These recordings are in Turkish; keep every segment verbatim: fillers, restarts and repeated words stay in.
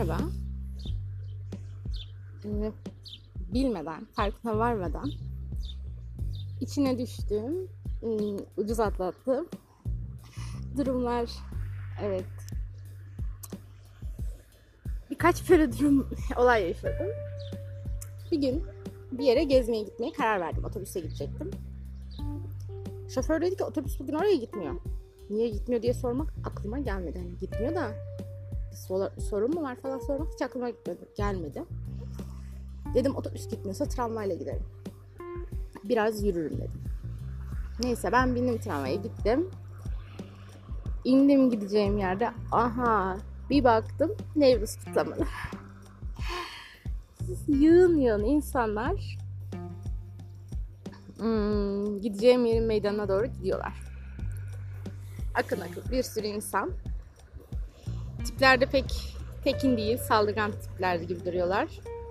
merhaba. Ee, bilmeden, farkına varmadan içine düştüğüm, ım, ucuz atlattığım durumlar, evet. Birkaç böyle durum, olay yaşadım. Bir gün bir yere gezmeye gitmeye karar verdim. Otobüse gidecektim. Şoför dedi ki otobüs bugün oraya gitmiyor. Niye gitmiyor diye sormak aklıma gelmedi. Hani gitmiyor da bir sorun mu var falan sormak hiç aklıma gitmedi, gelmedi. Dedim otobüs gitmiyorsa tramvayla giderim. Biraz yürürüm dedim. Neyse ben bindim tramvaya gittim. İndim gideceğim yerde. Aha bir baktım Nevruz kutlamaları. Yığın yığın insanlar hmm, gideceğim yerin meydanına doğru gidiyorlar. Akın akın bir sürü insan. Tipler de pek tekin değil, saldırgan tipler gibi duruyorlar.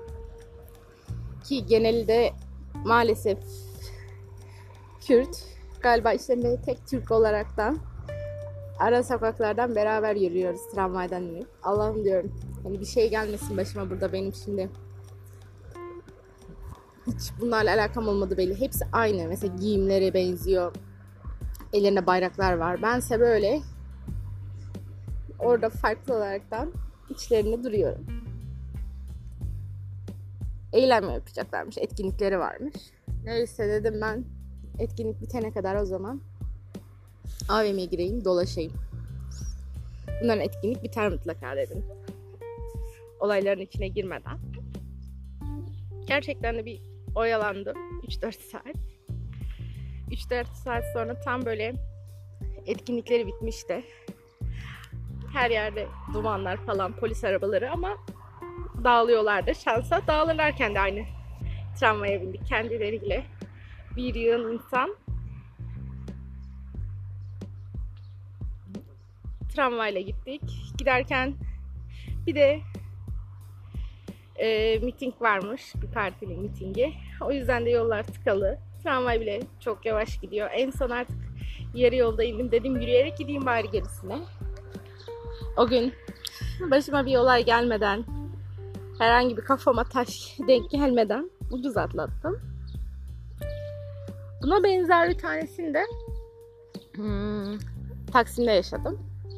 Ki geneli de maalesef Kürt. Galiba işte tek Türk olaraktan ara sokaklardan beraber yürüyoruz tramvaydan inip. Allah'ım diyorum. Hani bir şey gelmesin başıma burada benim şimdi. Hiç bunlarla alakam olmadı belli. Hepsi aynı. Mesela giyimleri benziyor. Ellerinde bayraklar var. Bense böyle orada farklı olaraktan içlerinde duruyorum. Eylem yapacaklarmış. Etkinlikleri varmış. Neyse dedim ben etkinlik bitene kadar o zaman A V M'ye gireyim, dolaşayım. Bunların etkinlik biter mutlaka dedim. Olayların içine girmeden. Gerçekten de bir oyalandım. üç dört saat. üç dört saat sonra tam böyle etkinlikleri bitmişti. Her yerde dumanlar falan, polis arabaları ama dağılıyorlardı. Şansa dağılırlarken de aynı tramvaya bindik kendileriyle. Bir yığın insan tramvayla gittik. Giderken bir de e, miting varmış. Bir partinin mitingi. O yüzden de yollar tıkalı. Tramvay bile çok yavaş gidiyor. En son artık yarı yolda indim. Dedim yürüyerek gideyim bari gerisine. O gün başıma bir olay gelmeden, herhangi bir kafama taş denk gelmeden ucuz atlattım. Buna benzer bir tanesini de hmm, Taksim'de yaşadım.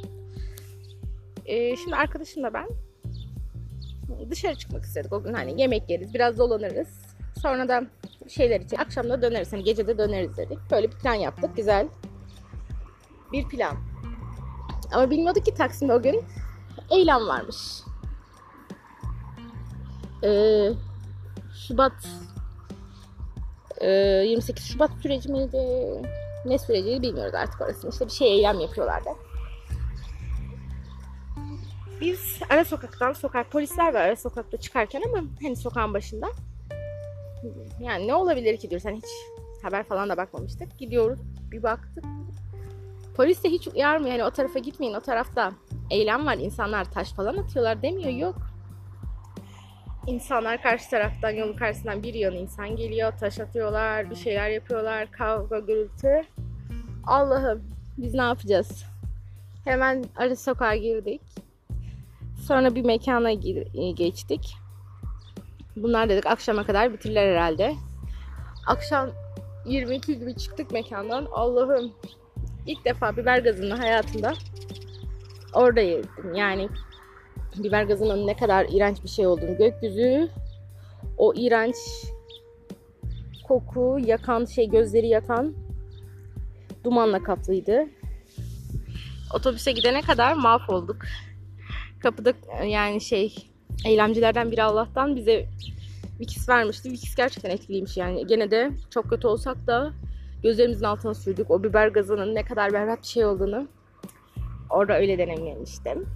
Ee, şimdi arkadaşımla ben dışarı çıkmak istedik o gün. Hani yemek yeriz, biraz dolanırız. Sonra da şeyler için akşam da döneriz. Hani gece de döneriz dedik. Böyle bir plan yaptık. Güzel bir plan. Ama bilmiyorduk ki Taksim'de o gün eylem varmış. Ee, Şubat yirmi sekiz Şubat süreci miydi? Ne süreci bilmiyoruz artık orasını. İşte bir şey eylem yapıyorlardı. Biz ara sokaktan, sokak polisler var ara sokakta çıkarken ama hani sokağın başında. Yani ne olabilir ki diyoruz. Hani hiç haber falan da bakmamıştık. Gidiyoruz bir baktık. Polis de hiç uyarmıyor. Yani o tarafa gitmeyin, o tarafta eylem var. İnsanlar taş falan atıyorlar demiyor. Yok. İnsanlar karşı taraftan, yolun karşısından bir yığın insan geliyor. Taş atıyorlar, bir şeyler yapıyorlar. Kavga, gürültü. Allah'ım biz ne yapacağız? Hemen ara sokağa girdik. Sonra bir mekana geçtik. Bunlar dedik akşama kadar bitirirler herhalde. Akşam yirmi iki gibi çıktık mekandan. Allah'ım ilk defa biber gazını hayatımda orada yedim. Yani biber gazının ne kadar iğrenç bir şey olduğunu, gökyüzü o iğrenç koku yakan şey, gözleri yakan dumanla kaplıydı. Otobüse gidene kadar mahvolduk. Kapıda yani şey eylemcilerden biri Allah'tan bize Vikis vermişti. Vikis gerçekten etkiliymiş yani. Gene de çok kötü olsak da gözlerimizin altına sürdük. O biber gazının ne kadar berbat bir şey olduğunu orada öyle deneyimlemiştim.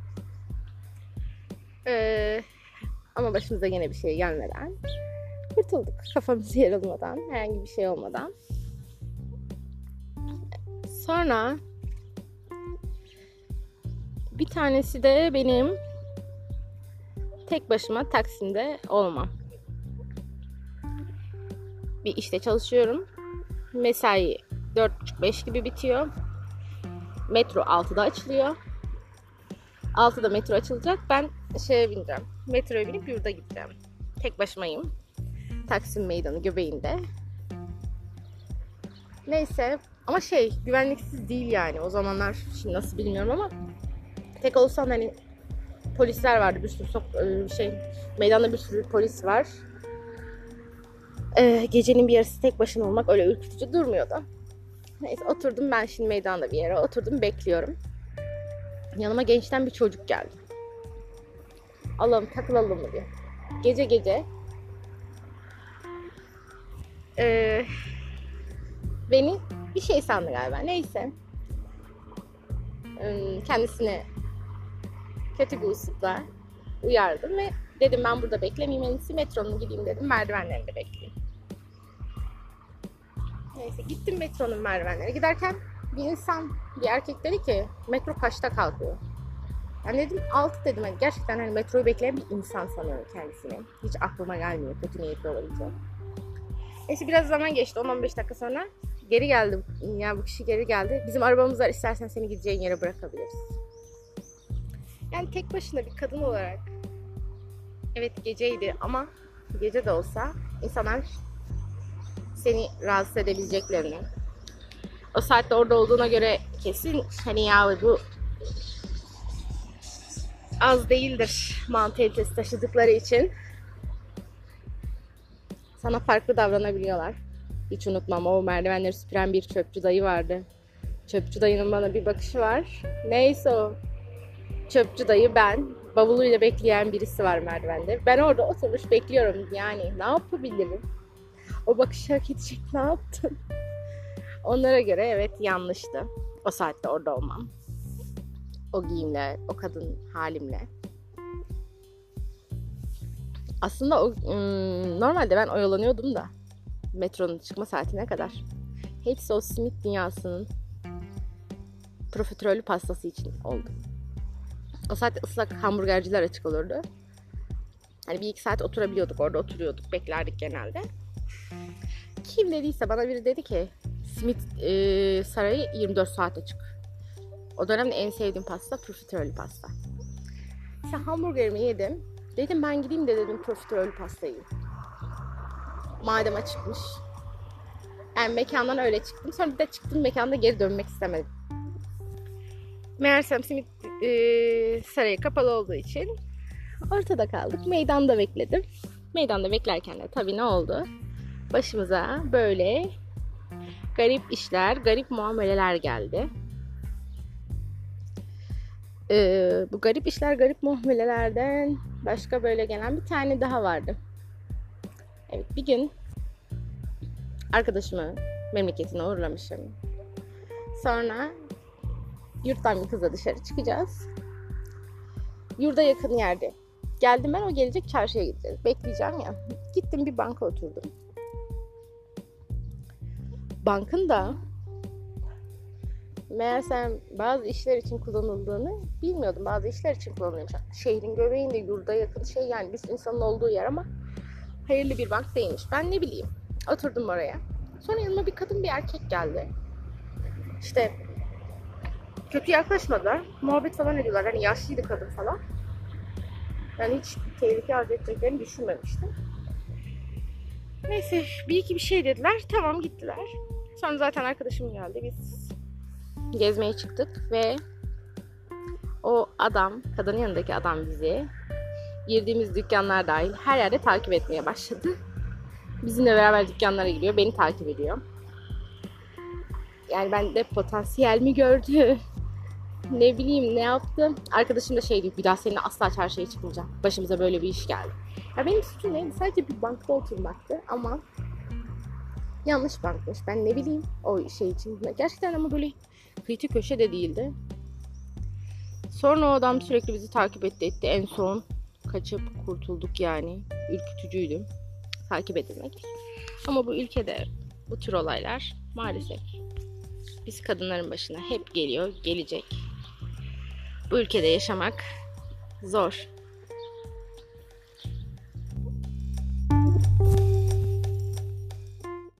Ee, ama başımıza yine bir şey gelmeden kurtulduk. Kafamız yarılmadan, herhangi bir şey olmadan. Sonra bir tanesi de benim tek başıma Taksim'de olmam. Bir işte çalışıyorum. Mesai dört buçuk beş gibi bitiyor. Metro altıda açılıyor. altıda metro açılacak. Ben şeye bineceğim. Metroya binip yurda gideceğim. Tek başımayım. Taksim Meydanı göbeğinde. Neyse ama şey güvenliksiz değil yani. O zamanlar şimdi nasıl bilmiyorum ama tek olsam hani polisler vardı. Bir sürü sok- şey meydanda bir sürü polis var. Ee, gecenin bir yarısı tek başına olmak öyle ürkütücü durmuyordu. Neyse oturdum ben şimdi meydanda bir yere oturdum bekliyorum. Yanıma gençten bir çocuk geldi. Allah'ım takılalım mı diyor. Gece gece ee, beni bir şey sandı galiba. Neyse. Ee, kendisine kötü bir üslupla uyardım ve dedim ben burada beklemeyeyim. En iyisi metronun gideyim dedim. Merdivenlerinde bekleyeyim. Neyse gittim metronun merdivenlerine. Giderken bir insan, bir erkek dedi ki metro kaçta kalkıyor? Ben dedim altı dedim. Yani gerçekten hani metroyu bekleyen bir insan sanıyorum kendisini. Hiç aklıma gelmiyor kötü niyetli olabileceğim. Neyse biraz zaman geçti. on on beş dakika sonra geri geldi. Yani bu kişi geri geldi. Bizim arabamız var. İstersen seni gideceğin yere bırakabiliriz. Yani tek başına bir kadın olarak evet geceydi ama gece de olsa insanlar seni rahatsız edebileceklerini o saatte orada olduğuna göre kesin hani ya bu az değildir mantalitesi taşıdıkları için sana farklı davranabiliyorlar. Hiç unutmam o merdivenleri süpüren bir çöpçü dayı vardı. Çöpçü dayının bana bir bakışı var. Neyse o çöpçü dayı ben. Bavuluyla bekleyen birisi var merdivende. Ben orada oturmuş bekliyorum yani ne yapabilirim? O bakışı hak edecek ne yaptın? Onlara göre evet yanlıştı. O saatte orada olmam. O giyimle, o kadın halimle. Aslında o ım, normalde ben oyalanıyordum da metronun çıkma saatine kadar. Hepsi o simit dünyasının profiterolü pastası için oldu. O saatte ıslak hamburgerciler açık olurdu. Hani bir iki saat oturabiliyorduk orada oturuyorduk beklerdik genelde. Kim dediyse bana biri dedi ki simit e, sarayı yirmi dört saat açık. O dönemde en sevdiğim pasta profiterolü pasta. İşte hamburgerimi yedim. Dedim ben gideyim de dedim profiterolü pastayı. Madem açıkmış. Yani mekandan öyle çıktım. Sonra bir de çıktım mekanda geri dönmek istemedim. Meğersem simit e, sarayı kapalı olduğu için ortada kaldık. Meydanda bekledim. Meydanda beklerken de tabii ne oldu? Başımıza böyle garip işler, garip muameleler geldi. Ee, bu garip işler, garip muamelelerden başka böyle gelen bir tane daha vardı. Evet bir gün arkadaşımı memleketine uğurlamışım. Sonra yurttan bir kızla dışarı çıkacağız. Yurda yakın yerde. Geldim ben o gelecek çarşıya gideceğiz. Bekleyeceğim ya. Gittim bir banka oturdum. Bankın da meğersem bazı işler için kullanıldığını bilmiyordum. Bazı işler için kullanılıyormuş. Şehrin göbeğinde yurda yakın şey yani bir insanın olduğu yer ama hayırlı bir bank değilmiş. Ben ne bileyim. Oturdum oraya. Sonra yanıma bir kadın bir erkek geldi. İşte kötü yaklaşmadılar. Muhabbet falan ediyorlar. Hani yaşlıydı kadın falan. Yani hiç tehlike arz edeceklerini düşünmemiştim. Neyse bir iki bir şey dediler. Tamam gittiler. Sonra zaten arkadaşım geldi. Biz gezmeye çıktık ve o adam, kadının yanındaki adam bizi girdiğimiz dükkanlar dahil her yerde takip etmeye başladı. Bizimle beraber dükkanlara giriyor. Beni takip ediyor. Yani ben de potansiyel mi gördü? Ne bileyim ne yaptı? Arkadaşım da şey diyor. Bir daha seninle asla çarşıya çıkmayacağım. Başımıza böyle bir iş geldi. Ya benim suçum neydi? Sadece bir bankta oturmaktı ama yanlış bankmış. Ben ne bileyim o şey için. Gerçekten ama böyle kıyı köşe de değildi. Sonra o adam sürekli bizi takip etti etti. En son kaçıp kurtulduk yani. Ürkütücüydü. Takip edilmek. Ama bu ülkede bu tür olaylar maalesef biz kadınların başına hep geliyor, gelecek. Bu ülkede yaşamak zor.